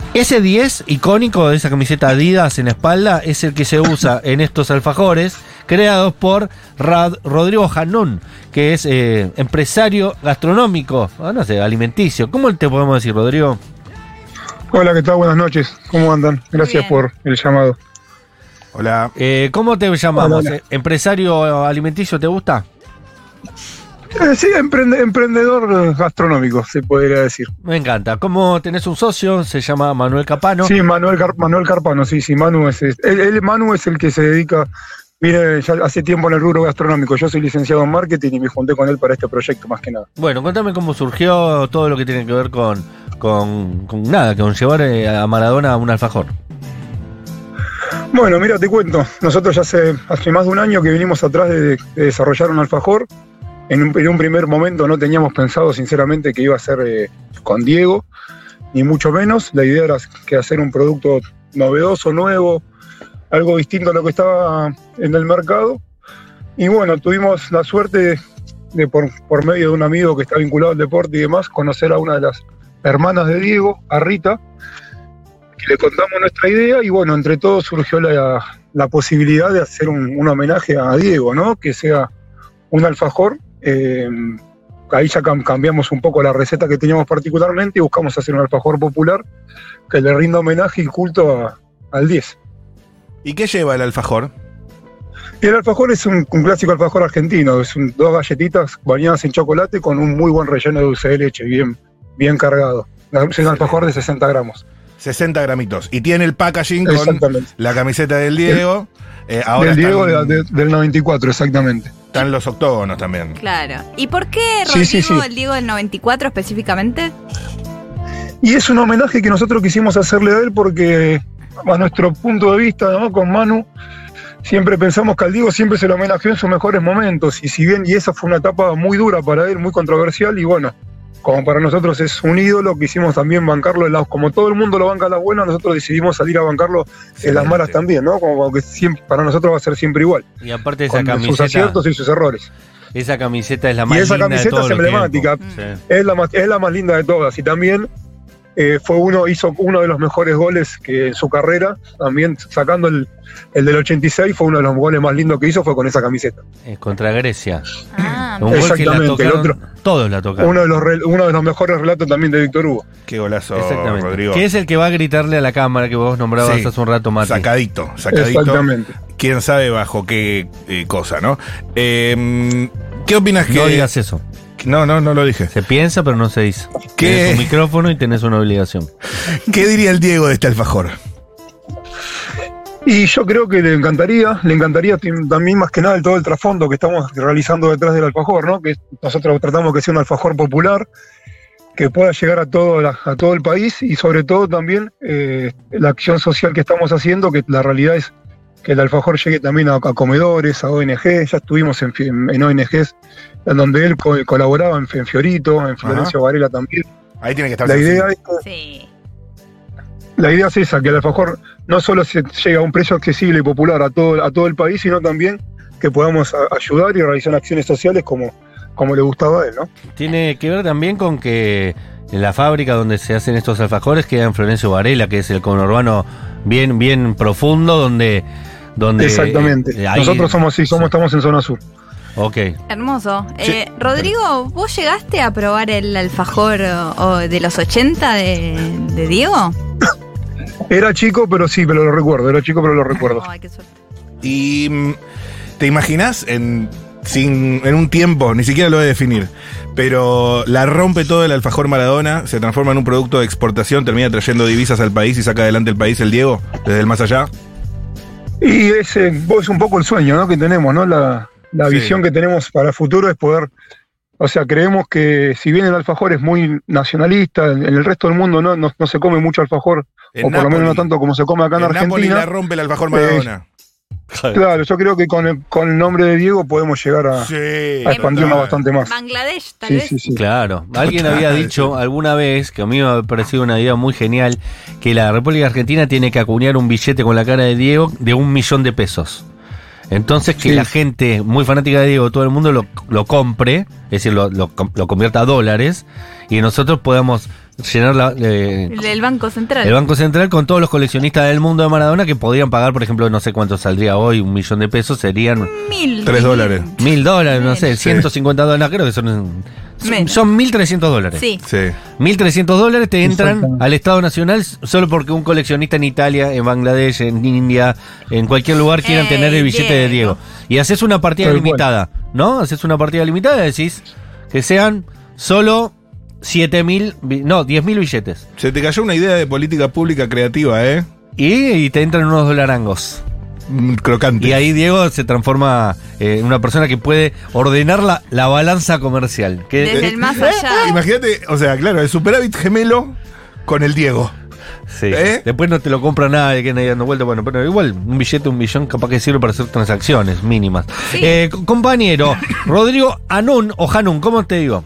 Ese 10 icónico de esa camiseta Adidas en la espalda es el que se usa en estos alfajores creados por Rodrigo Janón, que es empresario gastronómico, no sé, alimenticio. ¿Cómo te podemos decir, Rodrigo? Hola, ¿qué tal? Buenas noches. ¿Cómo andan? Gracias por el llamado. Hola. ¿Cómo te llamamos? Hola. ¿Empresario alimenticio te gusta? Sí, emprendedor gastronómico, se podría decir. Me encanta. ¿Cómo tenés un socio? Se llama Manuel Capano. Sí, Manuel Carpano, sí, Manu es Manu es el que se dedica, mire, ya hace tiempo en el rubro gastronómico. Yo soy licenciado en marketing y me junté con él para este proyecto más que nada. Bueno, contame cómo surgió todo lo que tiene que ver con llevar a Maradona a un alfajor. Bueno, mira, te cuento. Nosotros ya hace más de un año que venimos atrás de desarrollar un alfajor. En un primer momento no teníamos pensado sinceramente que iba a ser con Diego, ni mucho menos. La idea era que hacer un producto novedoso, nuevo, algo distinto a lo que estaba en el mercado. Y bueno, tuvimos la suerte de por medio de un amigo que está vinculado al deporte y demás, conocer a una de las hermanas de Diego, a Rita, que le contamos nuestra idea y bueno, entre todos surgió la posibilidad de hacer un homenaje a Diego, ¿no? Que sea un alfajor. Ahí ya cambiamos un poco la receta que teníamos particularmente y buscamos hacer un alfajor popular que le rinda homenaje y culto al 10. ¿Y qué lleva el alfajor? Y el alfajor es un clásico alfajor argentino, es dos galletitas bañadas en chocolate con un muy buen relleno de dulce de leche, bien cargado. Es un alfajor de 60 gramos. 60 gramitos. Y tiene el packaging con la camiseta del Diego. Ahora del Diego del 94, exactamente. Están los octógonos también. Claro. ¿Y por qué, Rodrigo, el Diego del 94 específicamente? Y es un homenaje que nosotros quisimos hacerle a él porque, a nuestro punto de vista, ¿no? Con Manu, siempre pensamos que al Diego siempre se lo homenajeó en sus mejores momentos. Y esa fue una etapa muy dura para él, muy controversial. Y bueno, como para nosotros es un ídolo, quisimos también bancarlo en como todo el mundo lo banca en las buenas, nosotros decidimos salir a bancarlo en las malas también, ¿no? Como que siempre, para nosotros va a ser siempre igual. Y aparte de esa camiseta, sus aciertos y sus errores. Esa camiseta es la más linda de todos los tiempos. Y esa camiseta es emblemática, es la más linda de todas. Y también hizo uno de los mejores goles que en su carrera, también sacando el del 86, fue uno de los goles más lindos que hizo, fue con esa camiseta. Contra Grecia. Un gol que la tocaron, todos la tocaron. Uno de los mejores relatos también de Víctor Hugo. Qué golazo, Rodrigo. Que es el que va a gritarle a la cámara que vos nombrabas hace un rato, Mati. Sacadito. Exactamente. Quién sabe bajo qué cosa, ¿no? ¿Qué opinas que...? No digas eso. No lo dije. Se piensa, pero no se dice. ¿Qué? Tienes un micrófono y tenés una obligación. ¿Qué diría el Diego de este alfajor? Y yo creo que le encantaría también más que nada todo el trasfondo que estamos realizando detrás del alfajor, ¿no? Que nosotros tratamos que sea un alfajor popular, que pueda llegar a todo el país y sobre todo también la acción social que estamos haciendo, que la realidad es que el alfajor llegue también a comedores, a ONG. Ya estuvimos en ONGs en donde él colaboraba en Fiorito, en Florencio Varela también. Ahí tiene que estar. La idea es que la idea es esa, que el alfajor no solo se llegue a un precio accesible y popular a todo el país, sino también que podamos ayudar y realizar acciones sociales como le gustaba a él, ¿no? Tiene que ver también con que en la fábrica donde se hacen estos alfajores queda en Florencio Varela, que es el conurbano bien profundo, donde exactamente. Nosotros estamos en zona sur. Ok. Hermoso. Rodrigo, ¿vos llegaste a probar el alfajor de los 80 de Diego? Era chico, pero lo recuerdo. Ay, qué suerte. ¿Y te imaginás en un tiempo, ni siquiera lo voy a definir, pero la rompe todo el alfajor Maradona, se transforma en un producto de exportación, termina trayendo divisas al país y saca adelante el país el Diego, desde el más allá? Y es un poco el sueño, ¿no? Que tenemos, ¿no? La visión que tenemos para el futuro es poder, o sea, creemos que si bien el alfajor es muy nacionalista, en el resto del mundo no se come mucho alfajor, o por lo menos no tanto como se come acá en Argentina. Nápoli la rompe el alfajor Maradona. Claro, yo creo que con el nombre de Diego podemos llegar a expandirnos bastante más. Bangladesh, tal vez. Sí. Claro. Alguien había dicho alguna vez, que a mí me ha parecido una idea muy genial, que la República Argentina tiene que acuñar un billete con la cara de Diego de $1.000.000. Entonces que la gente muy fanática de Diego, todo el mundo lo compre, es decir, lo convierta a dólares, y nosotros podamos llenar El Banco Central. el Banco Central con todos los coleccionistas del mundo de Maradona que podrían pagar, por ejemplo, no sé cuánto saldría hoy, $1 millón, serían $1.000. $3. $1.000, no sé, Sí. $150, creo que son Menos. $1.300. Sí. Sí. $1.300 te entran Exactamente. al Estado Nacional solo porque un coleccionista en Italia, en Bangladesh, en India, en cualquier lugar quieran tener el billete de Diego. Y haces una partida Tal cual. limitada, ¿no? Haces una partida limitada y decís que sean solo 10.000 billetes. Se te cayó una idea de política pública creativa, ¿eh? Y te entran unos dolarangos. Crocante. Y ahí Diego se transforma en una persona que puede ordenar la balanza comercial. Que, Desde el más allá. Imagínate, o sea, claro, el superávit gemelo con el Diego. sí. ¿Eh? Después no te lo compra nadie, que nadie dando vuelta. Bueno, pero igual, un billete, $1 millón, capaz que sirve para hacer transacciones mínimas. Sí. Compañero, Rodrigo Hanun o Hanun, ¿cómo te digo?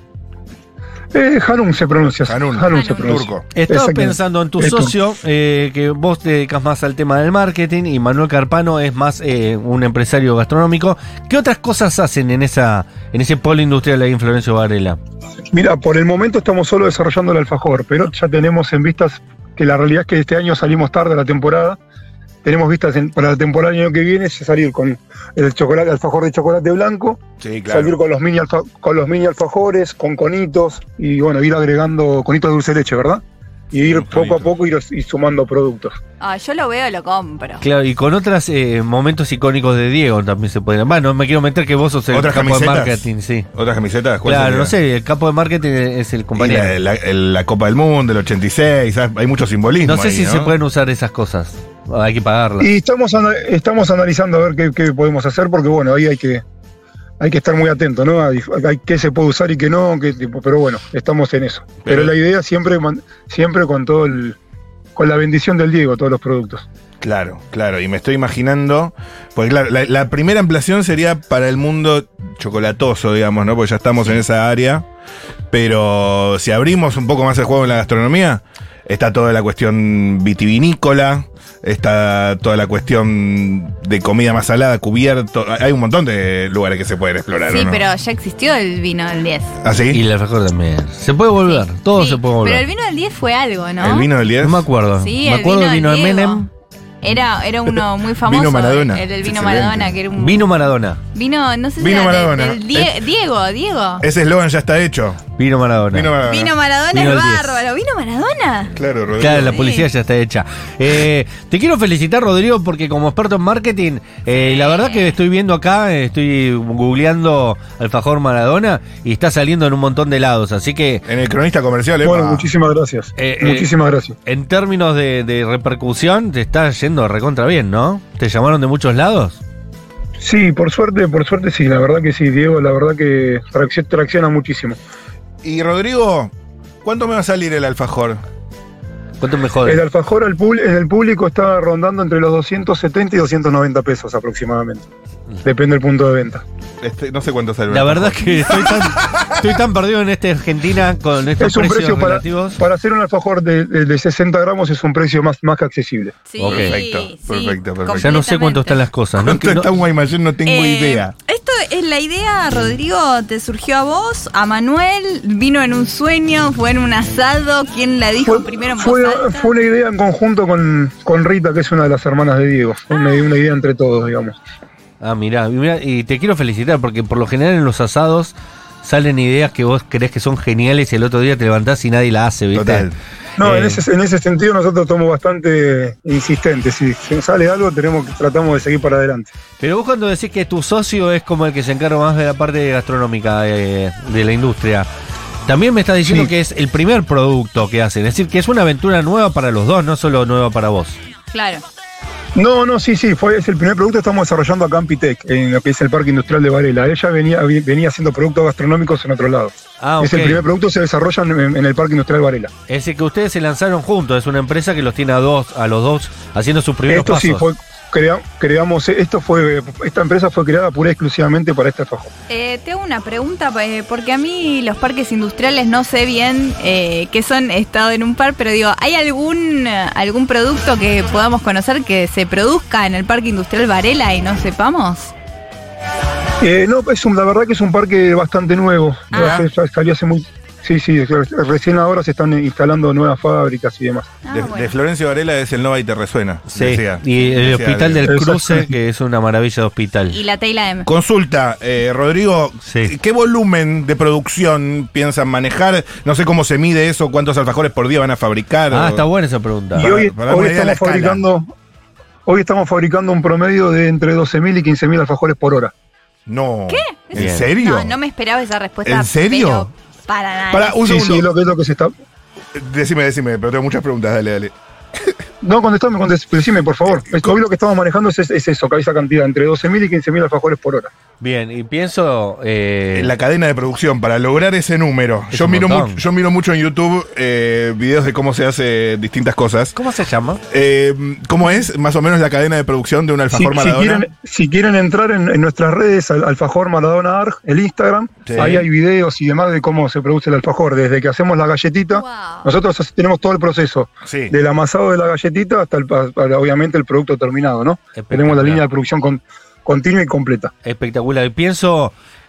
Hanun se pronuncia. Hanun. Se pronuncia. Turco. Estaba Exactamente. pensando en tu Esto. socio, que vos te dedicas más al tema del marketing y Manuel Carpano es más un empresario gastronómico. ¿Qué otras cosas hacen en ese polo industrial ahí en Florencio Varela? Mira, por el momento estamos solo desarrollando el alfajor, pero ya tenemos en vistas que la realidad es que este año salimos tarde a la temporada. Tenemos vistas para la temporada del año que viene salir con el alfajor de chocolate blanco, Sí, claro. salir con los mini alfajores, con conitos y bueno, ir agregando conitos de dulce de leche, ¿verdad? Y ir Con poco a conitos. poco ir sumando productos. Yo lo veo, lo compro. Claro, y con otros momentos icónicos de Diego también se pueden. Bueno, no me quiero meter que vos sos el ¿Otras capo camisetas? de marketing, sí. ¿Otras camisetas? ¿Cuál Claro, sería? no sé, el capo de marketing es el Y compañero. la Copa del Mundo, el 86, ¿sabes? Hay mucho simbolismo. No sé ahí, si se pueden usar esas cosas. Hay que pagarlas. Y estamos analizando a ver qué podemos hacer, porque bueno, ahí hay que estar muy atento, ¿no? Hay qué se puede usar y qué no, pero bueno, estamos en eso. Pero la idea siempre con con la bendición del Diego, todos los productos. Claro, claro. Y me estoy imaginando. Porque claro, la primera ampliación sería para el mundo chocolatoso, digamos, ¿no? Porque ya estamos en esa área. Pero si abrimos un poco más el juego en la gastronomía, está toda la cuestión vitivinícola, está toda la cuestión de comida más salada, cubierto. Hay un montón de lugares que se pueden explorar. Sí, ¿o no? pero ya existió el vino del 10. ¿Ah, sí? Y el alfajor también. Se puede volver, todo Sí, se puede volver. Pero el vino del 10 fue algo, ¿no? ¿El vino del 10? No me acuerdo. Sí, me el acuerdo del vino de Diego. Menem. Era uno muy famoso. Vino Maradona. El del vino Excelente. Maradona, que era un. Vino Maradona. Vino, no sé si Vino era Maradona. del Diego. Ese eslogan ya está hecho. Vino Maradona. Vino Maradona. Vino Maradona Vino es el 10. bárbaro. ¿Vino Maradona? Claro, Rodrigo. Claro, la Sí. publicidad ya está hecha. Te quiero felicitar, Rodrigo, porque como experto en marketing, la verdad que estoy viendo acá, estoy googleando alfajor Maradona y está saliendo en un montón de lados. Así que En el cronista comercial, ¿eh? Bueno, muchísimas gracias. Muchísimas gracias. en términos de repercusión, te está yendo recontra bien, ¿no? ¿Te llamaron de muchos lados? Sí, por suerte sí, la verdad que sí, Diego, la verdad que tracciona muchísimo. Y Rodrigo, ¿cuánto me va a salir el alfajor? ¿Cuánto me jode? El alfajor en el público está rondando entre los 270 y 290 pesos aproximadamente. Depende del punto de venta. No sé cuánto sale. un La verdad alfajor. que estoy tan perdido en esta Argentina con estos Es un precios precio relativos. para hacer un alfajor de 60 gramos es un precio más que accesible. Sí, Ok. Perfecto. Ya no sé cuánto están las cosas. ¿no? ¿Cuánto está un Guaymallén? No tengo idea. Esto es la idea, Rodrigo, ¿te surgió a vos? ¿A Manuel? ¿Vino en un sueño? ¿Fue en un asado? ¿Quién la dijo primero en voz alta? Fue una idea en conjunto con Rita, que es una de las hermanas de Diego. Fue una idea entre todos, digamos. Ah, mirá, y te quiero felicitar porque por lo general en los asados salen ideas que vos creés que son geniales y el otro día te levantás y nadie la hace, ¿viste? Total. No, en ese sentido nosotros somos bastante insistentes. Si sale algo, tratamos de seguir para adelante. Pero vos cuando decís que tu socio es como el que se encarga más de la parte gastronómica de la industria, también me estás diciendo Sí. que es el primer producto que hacen. Es decir, que es una aventura nueva para los dos, no solo nueva para vos. Claro. No, sí, es el primer producto que estamos desarrollando acá en Pitec, en lo que es el Parque Industrial de Varela. Ella venía haciendo productos gastronómicos en otro lado. Ah, Es ok. el primer producto que se desarrolla en el Parque Industrial Varela. Es decir, que ustedes se lanzaron juntos. Es una empresa que los tiene a los dos haciendo sus primeros Esto pasos. sí, esta empresa fue creada pura y exclusivamente para este alfajor. Te hago una pregunta, porque a mí los parques industriales no sé bien qué son, he estado en un par, pero digo, ¿hay algún producto que podamos conocer que se produzca en el Parque Industrial Varela y no sepamos? No, la verdad que es un parque bastante nuevo. Ah. Ya salió Recién ahora se están instalando nuevas fábricas y demás. De Florencio Varela es el Nova y te resuena. Sí, Decía. y el Decía Hospital del Exacto. Cruce, que es una maravilla de hospital. Y la Teila M. Consulta, Rodrigo, Sí. ¿qué volumen de producción piensan manejar? No sé cómo se mide eso, cuántos alfajores por día van a fabricar. Ah, está buena esa pregunta. Y hoy, para darme una idea de la hoy estamos fabricando un promedio de entre 12.000 y 15.000 alfajores por hora. No. ¿Qué? ¿En Bien. serio? No, no me esperaba esa respuesta. ¿En serio? Pero para nada. Para, un Sí, segundo. sí, es lo que se está... Decime, pero tengo muchas preguntas, dale. No, decime, por favor. Hoy lo que estamos manejando es eso, esa cantidad, entre 12.000 y 15.000 alfajores por hora. Bien, y pienso... En la cadena de producción, para lograr ese número. Es Yo un miro, montón. yo miro mucho en YouTube videos de cómo se hace distintas cosas. ¿Cómo se llama? ¿Cómo es más o menos la cadena de producción de un alfajor Maradona? Si quieren entrar en nuestras redes, Alfajor Maradona Arg, el Instagram, Sí. ahí hay videos y demás de cómo se produce el alfajor. Desde que hacemos la galletita, Wow. nosotros tenemos todo el proceso. Sí. Del amasado de la galletita hasta obviamente el producto terminado, ¿no? Espectacular. Tenemos la línea de producción continua y completa. Espectacular. Y pienso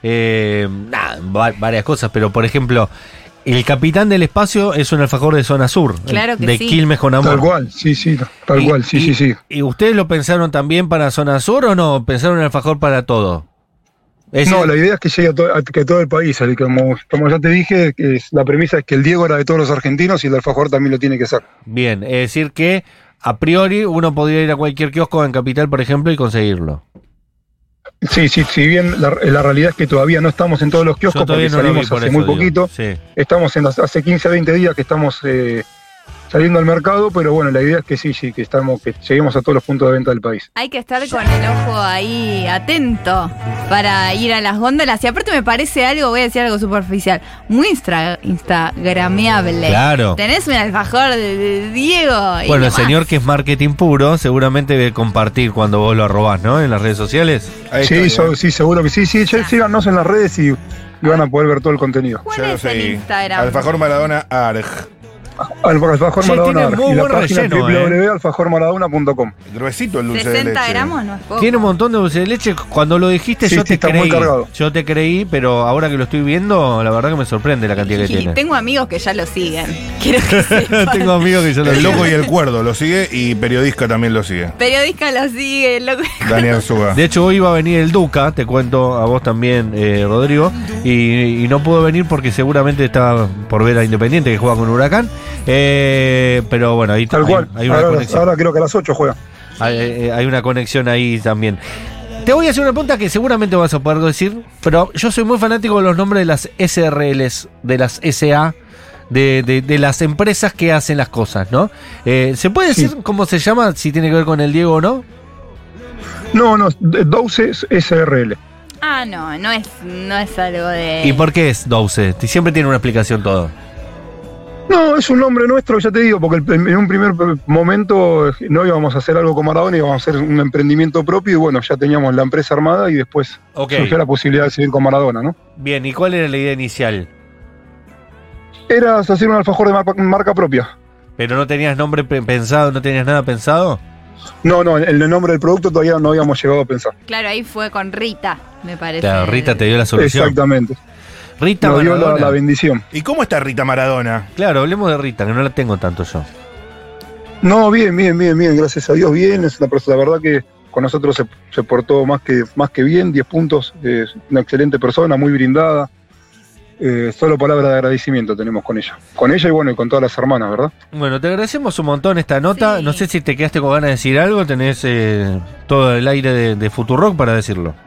varias cosas, pero por ejemplo, el Capitán del Espacio es un alfajor de zona sur. Claro que de sí. Quilmes con amor. Tal cual, tal cual, sí. ¿Y ustedes lo pensaron también para zona sur o no? ¿Pensaron en alfajor para todo? No, la idea es que llegue a todo el país. Como ya te dije, la premisa es que el Diego era de todos los argentinos y el alfajor también lo tiene que ser. Bien, es decir que a priori uno podría ir a cualquier kiosco en Capital, por ejemplo, y conseguirlo. Sí, si bien la realidad es que todavía no estamos en todos los kioscos Yo porque todavía no lo vi, salimos por hace eso muy digo. poquito. Sí. Estamos hace 15 a 20 días que estamos saliendo al mercado, pero bueno, la idea es que sí, que lleguemos a todos los puntos de venta del país. Hay que estar con el ojo ahí atento para ir a las góndolas. Y aparte me parece algo, voy a decir algo superficial, muy instagrameable. Claro. Tenés un alfajor de Diego. y Bueno, el demás. señor que es marketing puro seguramente debe compartir cuando vos lo arrobás, ¿no? En las redes sociales. Ahí Sí, estoy, sí, seguro que sí. Síganos en las redes y van a poder ver todo el contenido. ¿Cuál Ya lo es el seguí. Instagram? Alfajor Maradona Arg. Alfajor Sí, Maradona tiene muy y la buen página relleno, www.alfajormaradona.com. Gruesito el dulce de 60 leche. gramos no es poco. Tiene un montón de dulce de leche. Cuando lo dijiste Sí, yo sí, te está creí. muy cargado. Yo te creí, pero ahora que lo estoy viendo, la verdad que me sorprende la cantidad que Y tiene. tengo amigos que ya lo siguen. Quiero que sepan. Tengo amigos que yo lo El digo. loco y el cuerdo lo sigue y periodista también lo sigue. Periodista lo sigue, loco. Daniel Suga. De hecho, hoy iba a venir el Duca, te cuento a vos también, Rodrigo, y no pudo venir porque seguramente estaba por ver a Independiente que juega con Huracán. Pero bueno, ahí Tal cual. hay una Ahora conexión. creo que a las 8 juega. Hay una conexión ahí también. Te voy a hacer una pregunta que seguramente vas a poder decir, pero yo soy muy fanático de los nombres de las SRLs, de las SA, de las empresas que hacen las cosas, ¿no? ¿Se puede decir Sí. cómo se llama, si tiene que ver con el Diego o no? No, 12 SRL. Ah, no es algo de. ¿Y por qué es 12? Siempre tiene una explicación todo. No, es un nombre nuestro, ya te digo, porque en un primer momento no íbamos a hacer algo con Maradona, íbamos a hacer un emprendimiento propio y bueno, ya teníamos la empresa armada y después Ok. surgió la posibilidad de seguir con Maradona, ¿no? Bien, ¿y cuál era la idea inicial? Era hacer un alfajor de marca propia. ¿Pero no tenías nombre pensado, no tenías nada pensado? No, el nombre del producto todavía no habíamos llegado a pensar. Claro, ahí fue con Rita, me parece. Claro, Rita te dio la solución. Exactamente. Rita Nos dio Maradona. la bendición. ¿Y cómo está Rita Maradona? Claro, hablemos de Rita, que no la tengo tanto yo. No, bien, gracias a Dios, bien. Es una persona, la verdad que con nosotros se portó más que bien, 10 puntos, es una excelente persona, muy brindada. Solo palabras de agradecimiento tenemos con ella. Con ella y bueno, y con todas las hermanas, ¿verdad? Bueno, te agradecemos un montón esta nota. Sí. No sé si te quedaste con ganas de decir algo, tenés todo el aire de Futurock para decirlo.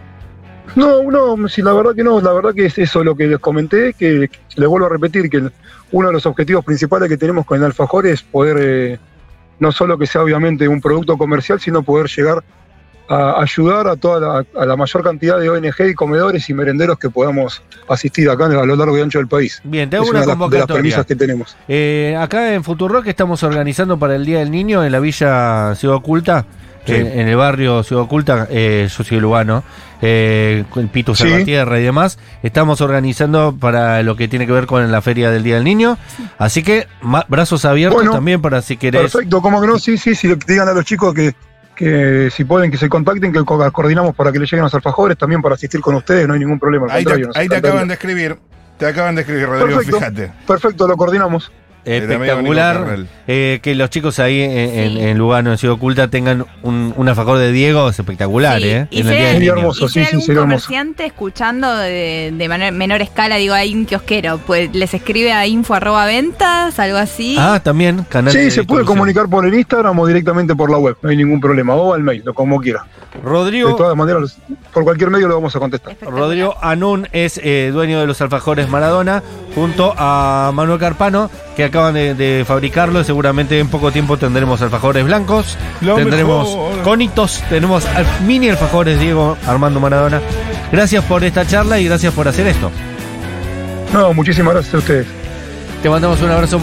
No, sí, la verdad que no, la verdad que es eso lo que les comenté, que les vuelvo a repetir que uno de los objetivos principales que tenemos con el alfajor es poder, no solo que sea obviamente un producto comercial, sino poder llegar a ayudar a la mayor cantidad de ONG y comedores y merenderos que podamos asistir acá a lo largo y ancho del país. Bien, te hago Es una una de las convocatoria. premisas que tenemos. Acá en Futurock estamos organizando para el Día del Niño en la Villa Ciudad Oculta, Sí. en el barrio Ciudad Oculta, yo soy lugano, el Pitu Sí. Salvatierra y demás. Estamos organizando para lo que tiene que ver con la Feria del Día del Niño. Así que brazos abiertos Bueno, también para si querés. Perfecto, como que no, sí, digan a los chicos que si pueden que se contacten, que coordinamos para que les lleguen los alfajores, también para asistir con ustedes, no hay ningún problema. al Ahí contrario, nos te encantaría. acaban de escribir. Te acaban de escribir, Rodrigo, Perfecto, fíjate. perfecto, lo coordinamos. Espectacular que los chicos ahí en Lugano, en Ciudad Oculta, tengan un alfajor de Diego, es espectacular, Sí, en y el si Día del hay- Sería Niño. hermoso. y si hay sí, algún sería hermoso. comerciante escuchando de menor escala, digo, hay un kiosquero, pues les escribe a info@ventas, algo así. Ah, también, canal Sí, de se puede distribución. comunicar por el Instagram o directamente por la web, no hay ningún problema, o al mail, o como quiera. De Rodrigo, todas maneras, por cualquier medio lo vamos a contestar. Espectacular. Rodrigo Anún es dueño de los alfajores Maradona, junto a Manuel Carpano, que acaban de fabricarlo. Seguramente en poco tiempo tendremos alfajores blancos, Lo tendremos mejor. conitos, tenemos mini alfajores Diego Armando Maradona. Gracias por esta charla y gracias por hacer esto. No, muchísimas gracias a ustedes. Te mandamos un abrazo.